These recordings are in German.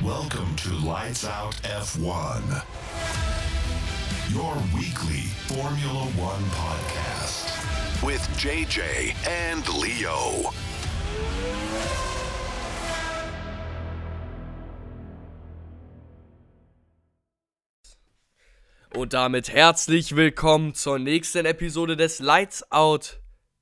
Welcome to Lights Out F1, your weekly Formula One podcast with JJ and Leo. Und damit herzlich willkommen zur nächsten Episode des Lights Out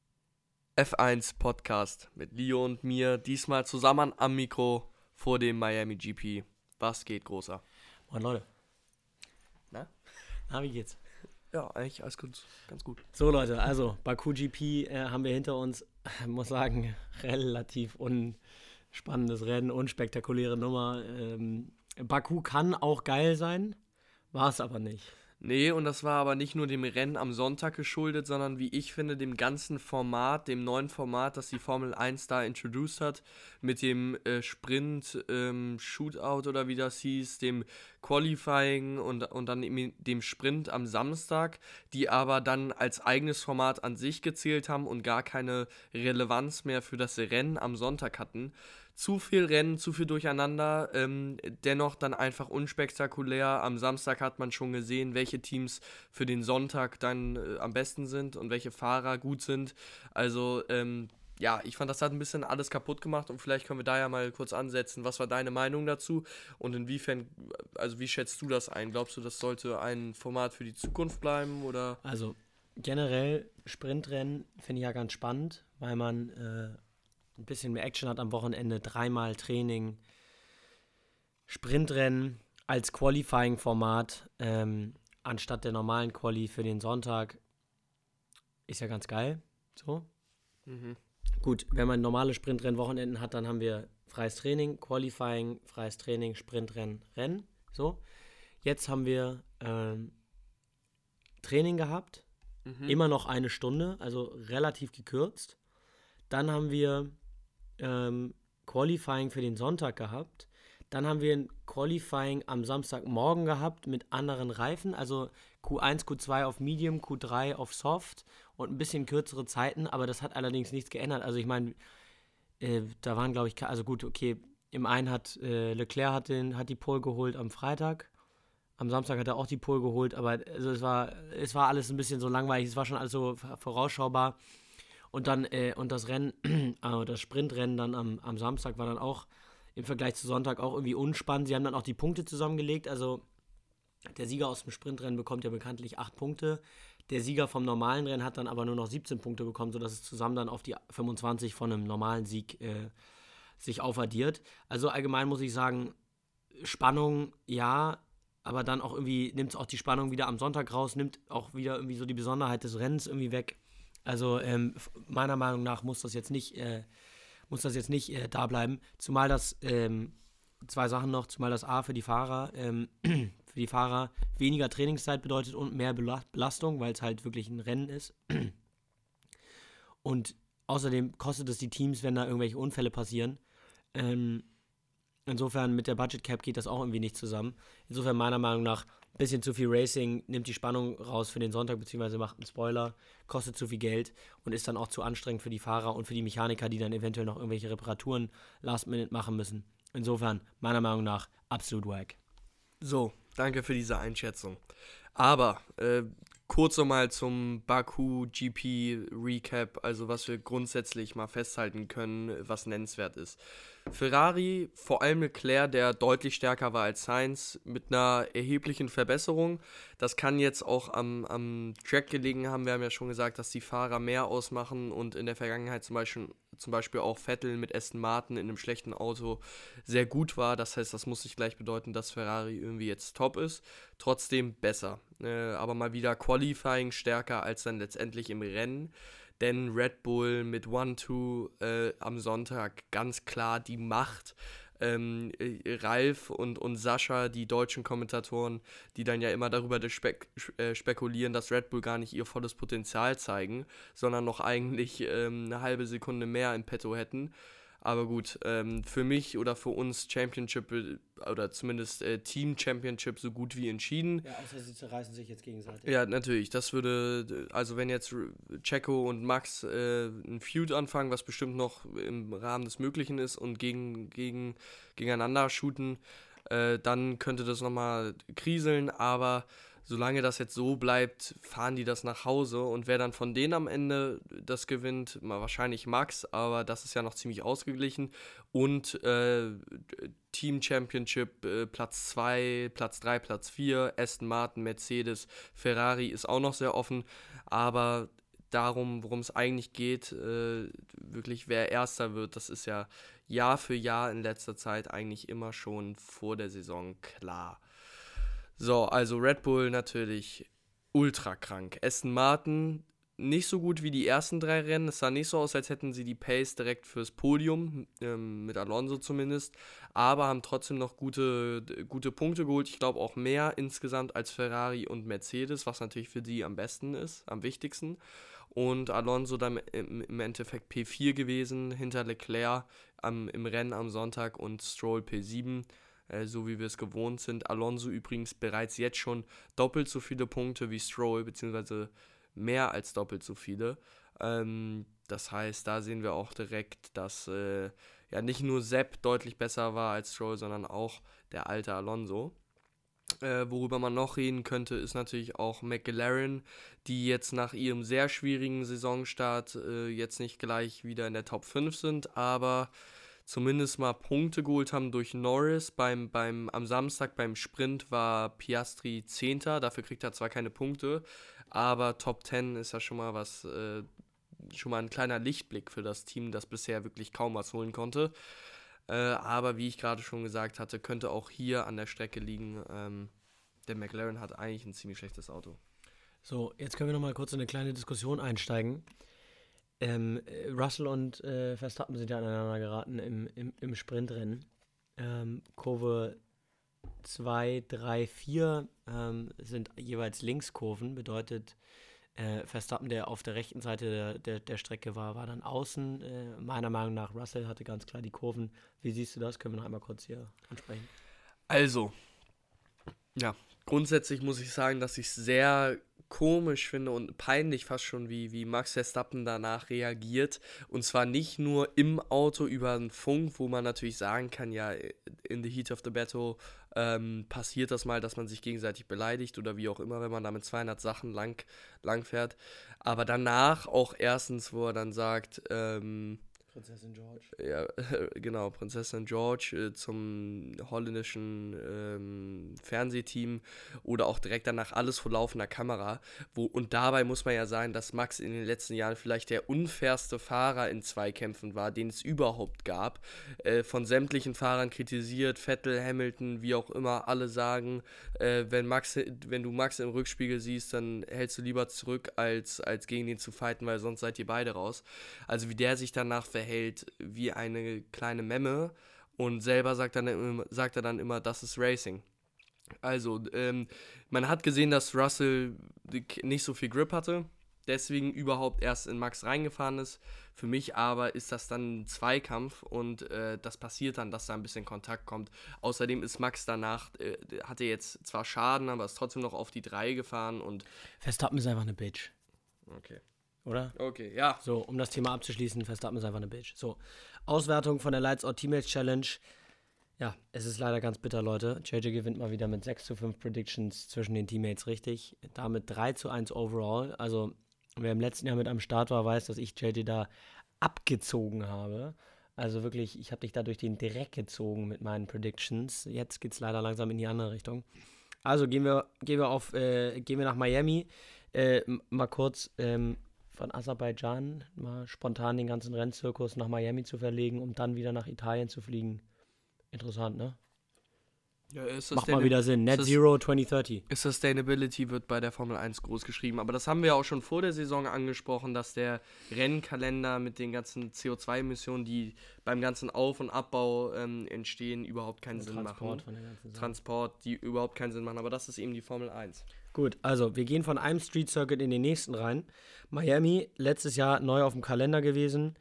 F1 Podcast mit Leo und mir, diesmal zusammen am Mikro vor dem Miami GP. Was geht, Großer? Moin Leute. Na, wie geht's? Ja, eigentlich alles gut, ganz gut. So Leute, also Baku GP haben wir hinter uns, muss sagen, relativ unspannendes Rennen, unspektakuläre Nummer. Baku kann auch geil sein, war es aber nicht. Nee, und das war aber nicht nur dem Rennen am Sonntag geschuldet, sondern wie ich finde, dem ganzen Format, dem neuen Format, das die Formel 1 da introduced hat, mit dem Sprint, Shootout oder wie das hieß, dem Qualifying und dann eben dem Sprint am Samstag, die aber dann als eigenes Format an sich gezählt haben und gar keine Relevanz mehr für das Rennen am Sonntag hatten. Zu viel Rennen, zu viel Durcheinander, dennoch dann einfach unspektakulär. Am Samstag hat man schon gesehen, welche Teams für den Sonntag dann am besten sind und welche Fahrer gut sind. Also, ja, ich fand, das hat ein bisschen alles kaputt gemacht und vielleicht können wir da ja mal kurz ansetzen. Was war deine Meinung dazu und inwiefern, also wie schätzt du das ein? Glaubst du, das sollte ein Format für die Zukunft bleiben oder? Also generell Sprintrennen finde ich ja ganz spannend, weil man ein bisschen mehr Action hat am Wochenende, 3-mal Training, Sprintrennen als Qualifying-Format anstatt der normalen Quali für den Sonntag ist ja ganz geil. So. Gut, wenn man normale Sprintrennen-Wochenenden hat, dann haben wir freies Training, Qualifying, freies Training, Sprintrennen, Rennen. So. Jetzt haben wir Training gehabt, immer noch eine Stunde, also relativ gekürzt. Dann haben wir Qualifying für den Sonntag gehabt. Dann haben wir ein Qualifying am Samstagmorgen gehabt mit anderen Reifen, also Q1, Q2 auf Medium, Q3 auf Soft und ein bisschen kürzere Zeiten, aber das hat allerdings nichts geändert. Also ich meine, da waren glaube ich, also gut, okay, im einen hat Leclerc hat die Pole geholt am Freitag, am Samstag hat er auch die Pole geholt, aber also es war alles ein bisschen so langweilig, es war schon alles so vorausschaubar. Und dann das Rennen, das Sprintrennen dann am Samstag war dann auch im Vergleich zu Sonntag auch irgendwie unspannend. Sie haben dann auch die Punkte zusammengelegt. Also der Sieger aus dem Sprintrennen bekommt ja bekanntlich 8 Punkte. Der Sieger vom normalen Rennen hat dann aber nur noch 17 Punkte bekommen, sodass es zusammen dann auf die 25 von einem normalen Sieg sich aufaddiert. Also allgemein muss ich sagen, Spannung ja, aber dann auch irgendwie nimmt es auch die Spannung wieder am Sonntag raus, nimmt auch wieder irgendwie so die Besonderheit des Rennens irgendwie weg. Also meiner Meinung nach muss das jetzt nicht da bleiben. Zumal das, zwei Sachen noch, zumal das A für die Fahrer weniger Trainingszeit bedeutet und mehr Belastung, weil es halt wirklich ein Rennen ist. Und außerdem kostet es die Teams, wenn da irgendwelche Unfälle passieren. Insofern mit der Budget Cap geht das auch irgendwie nicht zusammen. Insofern meiner Meinung nach ein bisschen zu viel Racing, nimmt die Spannung raus für den Sonntag, beziehungsweise macht einen Spoiler, kostet zu viel Geld und ist dann auch zu anstrengend für die Fahrer und für die Mechaniker, die dann eventuell noch irgendwelche Reparaturen last minute machen müssen. Insofern, meiner Meinung nach, absolut wack. So, danke für diese Einschätzung. Aber kurz nochmal zum Baku GP Recap, also was wir grundsätzlich mal festhalten können, was nennenswert ist. Ferrari, vor allem Leclerc, der deutlich stärker war als Sainz, mit einer erheblichen Verbesserung. Das kann jetzt auch am Track gelegen haben. Wir haben ja schon gesagt, dass die Fahrer mehr ausmachen und in der Vergangenheit zum Beispiel auch Vettel mit Aston Martin in einem schlechten Auto sehr gut war. Das heißt, das muss nicht gleich bedeuten, dass Ferrari irgendwie jetzt top ist. Trotzdem besser. Aber mal wieder Qualifying stärker als dann letztendlich im Rennen. Denn Red Bull mit 1-2 am Sonntag ganz klar die Macht. Ralf und Sascha, die deutschen Kommentatoren, die dann ja immer darüber spekulieren, dass Red Bull gar nicht ihr volles Potenzial zeigen, sondern noch eigentlich eine halbe Sekunde mehr im Petto hätten. Aber gut, für mich oder für uns Championship oder zumindest Team Championship so gut wie entschieden. Ja, außer sie zerreißen sich jetzt gegenseitig. Ja, natürlich. Das würde, also wenn jetzt Checo und Max ein Feud anfangen, was bestimmt noch im Rahmen des Möglichen ist und gegeneinander shooten, dann könnte das nochmal kriseln, aber solange das jetzt so bleibt, fahren die das nach Hause und wer dann von denen am Ende das gewinnt, mal wahrscheinlich Max, aber das ist ja noch ziemlich ausgeglichen und Team Championship Platz 2, Platz 3, Platz 4, Aston Martin, Mercedes, Ferrari ist auch noch sehr offen, aber darum, worum es eigentlich geht, wirklich wer Erster wird, das ist ja Jahr für Jahr in letzter Zeit eigentlich immer schon vor der Saison klar. So, also Red Bull natürlich ultra krank. Aston Martin nicht so gut wie die ersten 3 Rennen. Es sah nicht so aus, als hätten sie die Pace direkt fürs Podium, mit Alonso zumindest, aber haben trotzdem noch gute Punkte geholt. Ich glaube auch mehr insgesamt als Ferrari und Mercedes, was natürlich für die am besten ist, am wichtigsten. Und Alonso dann im Endeffekt P4 gewesen, hinter Leclerc im Rennen am Sonntag und Stroll P7, so wie wir es gewohnt sind. Alonso übrigens bereits jetzt schon doppelt so viele Punkte wie Stroll, beziehungsweise mehr als doppelt so viele. Das heißt, da sehen wir auch direkt, dass nicht nur Sepp deutlich besser war als Stroll, sondern auch der alte Alonso. Worüber man noch reden könnte, ist natürlich auch McLaren, die jetzt nach ihrem sehr schwierigen Saisonstart jetzt nicht gleich wieder in der Top 5 sind, aber zumindest mal Punkte geholt haben durch Norris. Am Samstag beim Sprint war Piastri 10. Dafür kriegt er zwar keine Punkte, aber Top 10 ist ja schon mal was, schon mal ein kleiner Lichtblick für das Team, das bisher wirklich kaum was holen konnte. Aber wie ich gerade schon gesagt hatte, könnte auch hier an der Strecke liegen. Der McLaren hat eigentlich ein ziemlich schlechtes Auto. So, jetzt können wir nochmal kurz in eine kleine Diskussion einsteigen. Russell und Verstappen sind ja aneinander geraten im Sprintrennen. Kurve 2, 3, 4 sind jeweils Linkskurven, bedeutet Verstappen, der auf der rechten Seite der Strecke war dann außen. Meiner Meinung nach, Russell hatte ganz klar die Kurven. Wie siehst du das? Können wir noch einmal kurz hier ansprechen. Also, ja, grundsätzlich muss ich sagen, dass ich es sehr komisch finde und peinlich fast schon, wie Max Verstappen danach reagiert. Und zwar nicht nur im Auto über den Funk, wo man natürlich sagen kann, ja, in the heat of the battle passiert das mal, dass man sich gegenseitig beleidigt oder wie auch immer, wenn man da mit 200 Sachen lang fährt. Aber danach auch erstens, wo er dann sagt, Prinzessin George. Ja, genau, Prinzessin George zum holländischen Fernsehteam oder auch direkt danach alles vor laufender Kamera. Und dabei muss man ja sagen, dass Max in den letzten Jahren vielleicht der unfairste Fahrer in Zweikämpfen war, den es überhaupt gab. Von sämtlichen Fahrern kritisiert, Vettel, Hamilton, wie auch immer, alle sagen, wenn du Max im Rückspiegel siehst, dann hältst du lieber zurück, als gegen den zu fighten, weil sonst seid ihr beide raus. Also wie der sich danach verhält wie eine kleine Memme und selber sagt er dann immer, das ist Racing. Also, man hat gesehen, dass Russell nicht so viel Grip hatte, deswegen überhaupt erst in Max reingefahren ist. Für mich aber ist das dann ein Zweikampf und das passiert dann, dass da ein bisschen Kontakt kommt. Außerdem ist Max danach, hatte jetzt zwar Schaden, aber ist trotzdem noch auf die 3 gefahren und Verstappen ist einfach eine Bitch. Okay. Oder? Okay, ja. So, um das Thema abzuschließen, Verstappen ist einfach eine Bitch. So, Auswertung von der Lights Out Teammates Challenge. Ja, es ist leider ganz bitter, Leute. JJ gewinnt mal wieder mit 6:5 Predictions zwischen den Teammates richtig. Damit 3:1 overall. Also, wer im letzten Jahr mit am Start war, weiß, dass ich JJ da abgezogen habe. Also wirklich, ich habe dich da durch den Dreck gezogen mit meinen Predictions. Jetzt geht es leider langsam in die andere Richtung. Also gehen wir nach Miami. Mal kurz von Aserbaidschan mal spontan den ganzen Rennzirkus nach Miami zu verlegen, um dann wieder nach Italien zu fliegen. Interessant, ne? Ja, Macht mal wieder Sinn. Net Zero 2030. Sustainability wird bei der Formel 1 groß geschrieben. Aber das haben wir auch schon vor der Saison angesprochen, dass der Rennkalender mit den ganzen CO2-Emissionen, die beim ganzen Auf- und Abbau entstehen, überhaupt keinen Sinn machen. Von der ganzen Sache. Transport, die überhaupt keinen Sinn machen. Aber das ist eben die Formel 1. Gut, also wir gehen von einem Street Circuit in den nächsten rein. Miami, letztes Jahr neu auf dem Kalender gewesen.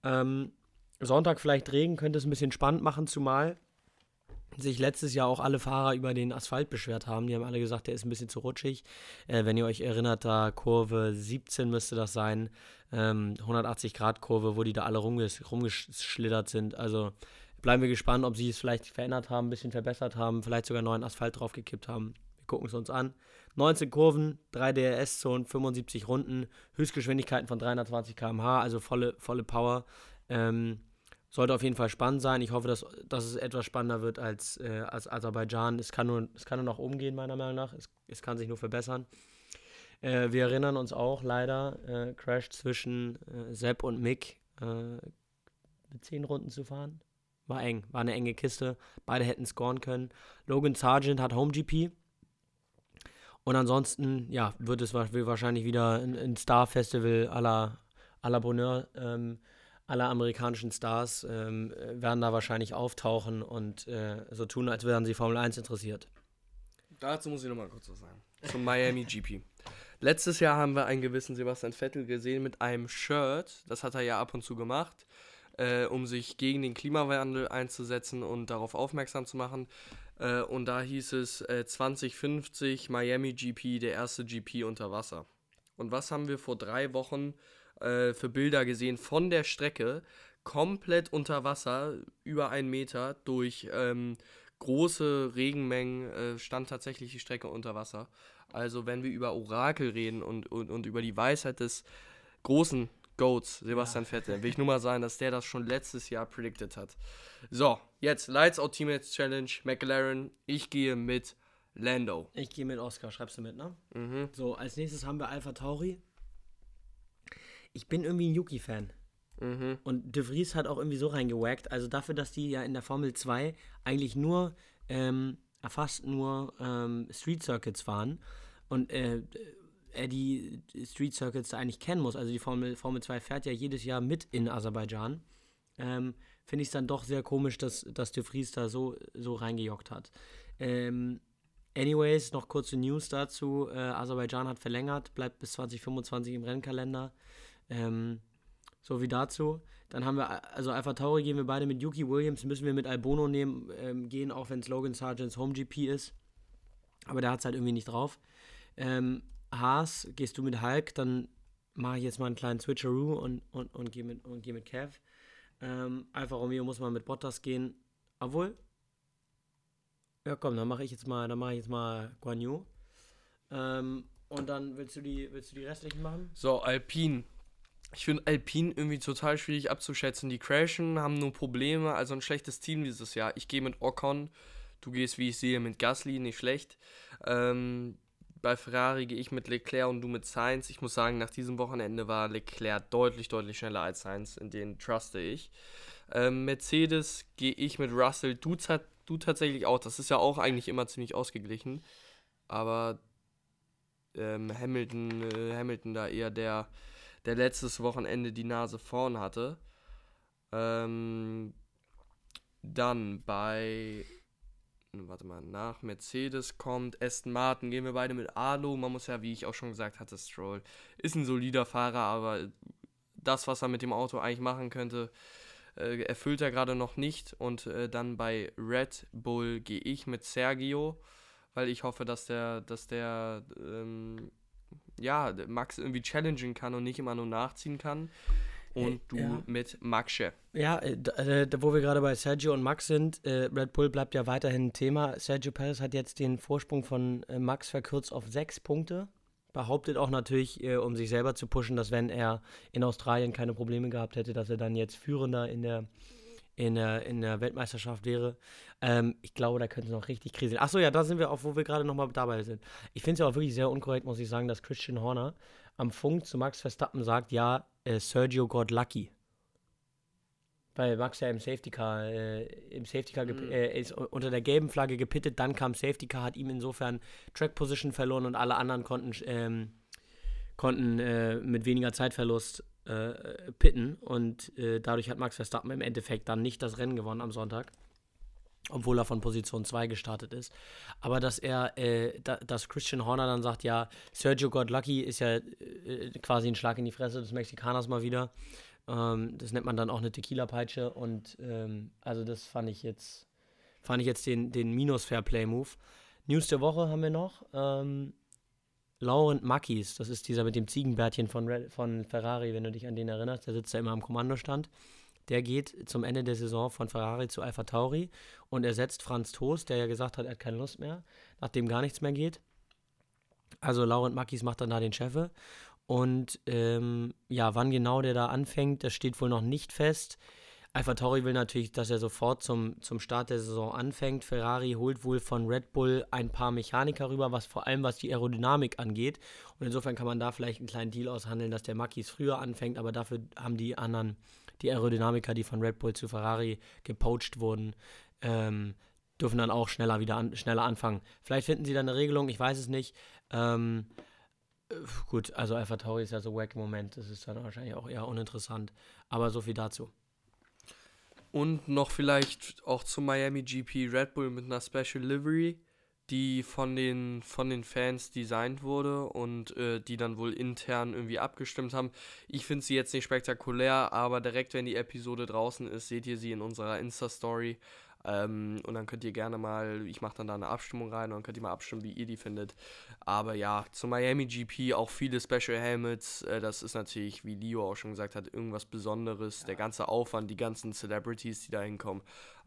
Sonntag vielleicht Regen, könnte es ein bisschen spannend machen, zumal sich letztes Jahr auch alle Fahrer über den Asphalt beschwert haben. Die haben alle gesagt, der ist ein bisschen zu rutschig. Wenn ihr euch erinnert, da Kurve 17 müsste das sein, 180-Grad-Kurve, wo die da alle rumgeschlittert sind. Also bleiben wir gespannt, ob sie es vielleicht verändert haben, ein bisschen verbessert haben, vielleicht sogar neuen Asphalt draufgekippt haben. Wir gucken es uns an. 19 Kurven, 3 DRS-Zonen, 75 Runden, Höchstgeschwindigkeiten von 320 km/h, also volle Power. Sollte auf jeden Fall spannend sein. Ich hoffe, dass es etwas spannender wird als Aserbaidschan. Es kann nur nach oben gehen, meiner Meinung nach. Es kann sich nur verbessern. Wir erinnern uns auch leider, Crash zwischen Sepp und Mick mit 10 Runden zu fahren. War eng, war eine enge Kiste. Beide hätten scoren können. Logan Sargent hat Home-GP. Und ansonsten, ja, wird wahrscheinlich wieder ein Star-Festival à la Bonheur. Alle amerikanischen Stars werden da wahrscheinlich auftauchen und so tun, als wären sie Formel 1 interessiert. Dazu muss ich nochmal kurz was sagen. Zum Miami GP. Letztes Jahr haben wir einen gewissen Sebastian Vettel gesehen mit einem Shirt, das hat er ja ab und zu gemacht, um sich gegen den Klimawandel einzusetzen und darauf aufmerksam zu machen. Und da hieß es 2050 Miami GP, der erste GP unter Wasser. Und was haben wir vor 3 Wochen für Bilder gesehen von der Strecke? Komplett unter Wasser, über 1 Meter, durch große Regenmengen stand tatsächlich die Strecke unter Wasser. Also wenn wir über Orakel reden und über die Weisheit des großen Goats, Sebastian Vettel, will ich nur mal sagen, dass der das schon letztes Jahr predicted hat. So, jetzt Lights Out Teammates Challenge, McLaren, ich gehe mit Lando. Ich gehe mit Oscar, schreibst du mit, ne? Mhm. So, als nächstes haben wir AlphaTauri. Ich bin irgendwie ein Yuki-Fan. Mhm. Und De Vries hat auch irgendwie so reingewackt. Also dafür, dass die ja in der Formel 2 eigentlich nur, fast nur Street Circuits fahren und er die Street Circuits da eigentlich kennen muss. Also die Formel 2 fährt ja jedes Jahr mit in Aserbaidschan. Finde ich es dann doch sehr komisch, dass De Vries da so reingejockt hat. Anyways, noch kurze News dazu. Aserbaidschan hat verlängert, bleibt bis 2025 im Rennkalender. So wie dazu. Dann haben wir, also AlphaTauri gehen wir beide mit Yuki Williams, müssen wir mit Albono gehen, auch wenn es Logan Sargents Home-GP ist. Aber der hat es halt irgendwie nicht drauf. Haas, gehst du mit Hulk, dann mache ich jetzt mal einen kleinen Switcheroo und gehe mit Kev. Alfa Romeo muss mal mit Bottas gehen. Obwohl, ja komm, dann mache ich jetzt mal Guan Yu. Und dann willst du die restlichen machen? So, Alpine. Ich finde Alpine irgendwie total schwierig abzuschätzen. Die crashen, haben nur Probleme, also ein schlechtes Team dieses Jahr. Ich gehe mit Ocon, du gehst, wie ich sehe, mit Gasly, nicht schlecht. Bei Ferrari gehe ich mit Leclerc und du mit Sainz. Ich muss sagen, nach diesem Wochenende war Leclerc deutlich, deutlich schneller als Sainz, in den truste ich. Mercedes gehe ich mit Russell, du tatsächlich auch. Das ist ja auch eigentlich immer ziemlich ausgeglichen. Aber Hamilton da eher der letztes Wochenende die Nase vorn hatte. Dann nach Mercedes kommt Aston Martin, gehen wir beide mit Alo. Man muss ja, wie ich auch schon gesagt hatte, Stroll ist ein solider Fahrer, aber das, was er mit dem Auto eigentlich machen könnte, erfüllt er gerade noch nicht. Und dann bei Red Bull gehe ich mit Sergio, weil ich hoffe, dass der Max irgendwie challengen kann und nicht immer nur nachziehen kann. Und du mit Maxe. Ja, wo wir gerade bei Sergio und Max sind, Red Bull bleibt ja weiterhin ein Thema. Sergio Perez hat jetzt den Vorsprung von Max verkürzt auf 6 Punkte. Behauptet auch natürlich, um sich selber zu pushen, dass wenn er in Australien keine Probleme gehabt hätte, dass er dann jetzt Führender in der Weltmeisterschaft wäre. Ich glaube, da könnte es noch richtig kriseln. Achso, ja, da sind wir auch, wo wir gerade nochmal dabei sind. Ich finde es ja auch wirklich sehr unkorrekt, muss ich sagen, dass Christian Horner am Funk zu Max Verstappen sagt, ja, Sergio got lucky. Weil Max ja im Safety Car ist unter der gelben Flagge gepittet, dann kam Safety Car, hat ihm insofern Track Position verloren und alle anderen konnten mit weniger Zeitverlust pitten und dadurch hat Max Verstappen im Endeffekt dann nicht das Rennen gewonnen am Sonntag, obwohl er von Position 2 gestartet ist. Aber dass Christian Horner dann sagt, ja, Sergio got lucky, ist ja quasi ein Schlag in die Fresse des Mexikaners mal wieder. Das nennt man dann auch eine Tequila-Peitsche und also das fand ich jetzt den Minus-Fairplay-Move. News der Woche haben wir noch. Laurent Mackies, das ist dieser mit dem Ziegenbärtchen von Ferrari, wenn du dich an den erinnerst, der sitzt da immer am Kommandostand. der geht zum Ende der Saison von Ferrari zu AlphaTauri und ersetzt Franz Tost, der ja gesagt hat, er hat keine Lust mehr, nachdem gar nichts mehr geht. Also Laurent Macchis macht dann da den Chef. Und wann genau der da anfängt, das steht wohl noch nicht fest. AlphaTauri will natürlich, dass er sofort zum Start der Saison anfängt. Ferrari holt wohl von Red Bull ein paar Mechaniker rüber, vor allem was die Aerodynamik angeht. Und insofern kann man da vielleicht einen kleinen Deal aushandeln, dass der Macchis früher anfängt, aber dafür haben die anderen, die Aerodynamiker, die von Red Bull zu Ferrari gepoacht wurden, dürfen dann auch schneller anfangen. Vielleicht finden sie da eine Regelung, ich weiß es nicht. Gut, also AlphaTauri ist ja so wack im Moment, das ist dann wahrscheinlich auch eher uninteressant. Aber so viel dazu. Und noch vielleicht auch zum Miami GP Red Bull mit einer Special Livery, die von den Fans designt wurde und die dann wohl intern irgendwie abgestimmt haben. Ich finde sie jetzt nicht spektakulär, aber direkt, wenn die Episode draußen ist, seht ihr sie in unserer Insta-Story. Und dann könnt ihr gerne mal, ich mache dann da eine Abstimmung rein und dann könnt ihr mal abstimmen, wie ihr die findet. Aber ja, zum Miami GP auch viele Special Helmets, das ist natürlich, wie Leo auch schon gesagt hat, irgendwas Besonderes. Ja. Der ganze Aufwand, die ganzen Celebrities, die da hinkommen.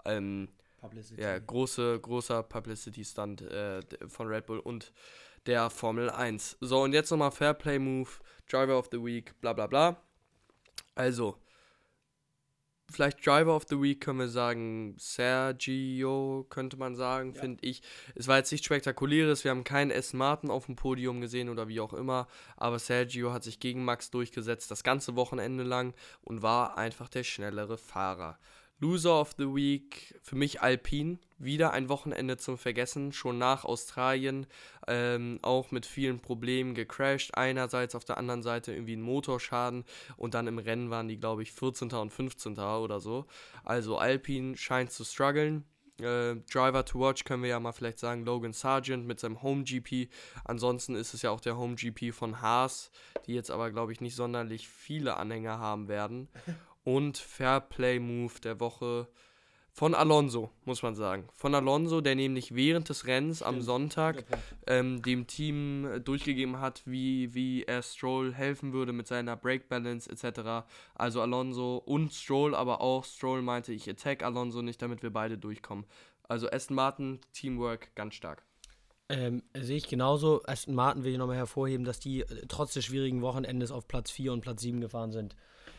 Ja, großer Publicity-Stunt von Red Bull und der Formel 1. So, und jetzt nochmal Fairplay-Move, Driver of the Week, bla bla bla. Also, vielleicht Driver of the Week können wir sagen, Sergio, könnte man sagen, ja. Finde ich. Es war jetzt nichts Spektakuläres, wir haben keinen Aston Martin auf dem Podium gesehen oder wie auch immer, aber Sergio hat sich gegen Max durchgesetzt, das ganze Wochenende lang und war einfach der schnellere Fahrer. Loser of the Week, für mich Alpine, wieder ein Wochenende zum Vergessen, schon nach Australien, auch mit vielen Problemen gecrashed, einerseits, auf der anderen Seite irgendwie ein Motorschaden und dann im Rennen waren die, glaube ich, 14. und 15. oder so. Also Alpine scheint zu strugglen. Driver to watch können wir ja mal vielleicht sagen, Logan Sargent mit seinem Home GP. Ansonsten ist es ja auch der Home GP von Haas, die jetzt aber, glaube ich, nicht sonderlich viele Anhänger haben werden. Und Fairplay-Move der Woche von Alonso, muss man sagen. Von Alonso, der nämlich während des Rennens am Sonntag dem Team durchgegeben hat, wie er Stroll helfen würde mit seiner Brake Balance etc. Also Alonso und Stroll, aber auch Stroll meinte, ich attack Alonso nicht, damit wir beide durchkommen. Also Aston Martin, Teamwork, ganz stark. Sehe ich genauso. Aston Martin will ich nochmal hervorheben, dass die trotz des schwierigen Wochenendes auf Platz 4 und Platz 7 gefahren sind.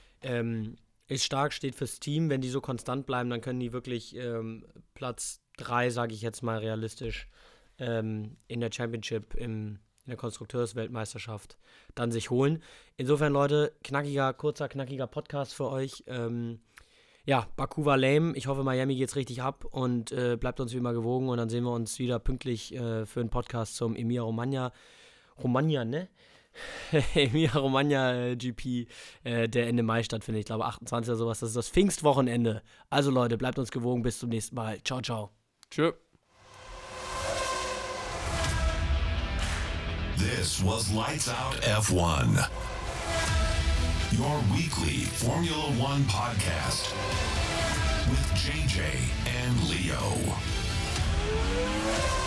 Ist stark, steht fürs Team. Wenn die so konstant bleiben, dann können die wirklich Platz 3, sage ich jetzt mal realistisch, in der Championship, in der Konstrukteursweltmeisterschaft dann sich holen. Insofern, Leute, kurzer, knackiger Podcast für euch. Baku war lame. Ich hoffe, Miami geht's richtig ab und bleibt uns wie immer gewogen. Und dann sehen wir uns wieder pünktlich für einen Podcast zum Emilia-Romagna, ne? Emilia-Romagna GP, der Ende Mai stattfindet. Ich glaube 28 oder sowas. Das ist das Pfingstwochenende. Also Leute, bleibt uns gewogen. Bis zum nächsten Mal. Ciao, ciao. Tschö. This was Lights Out F1. Your weekly Formula One podcast with JJ and Leo.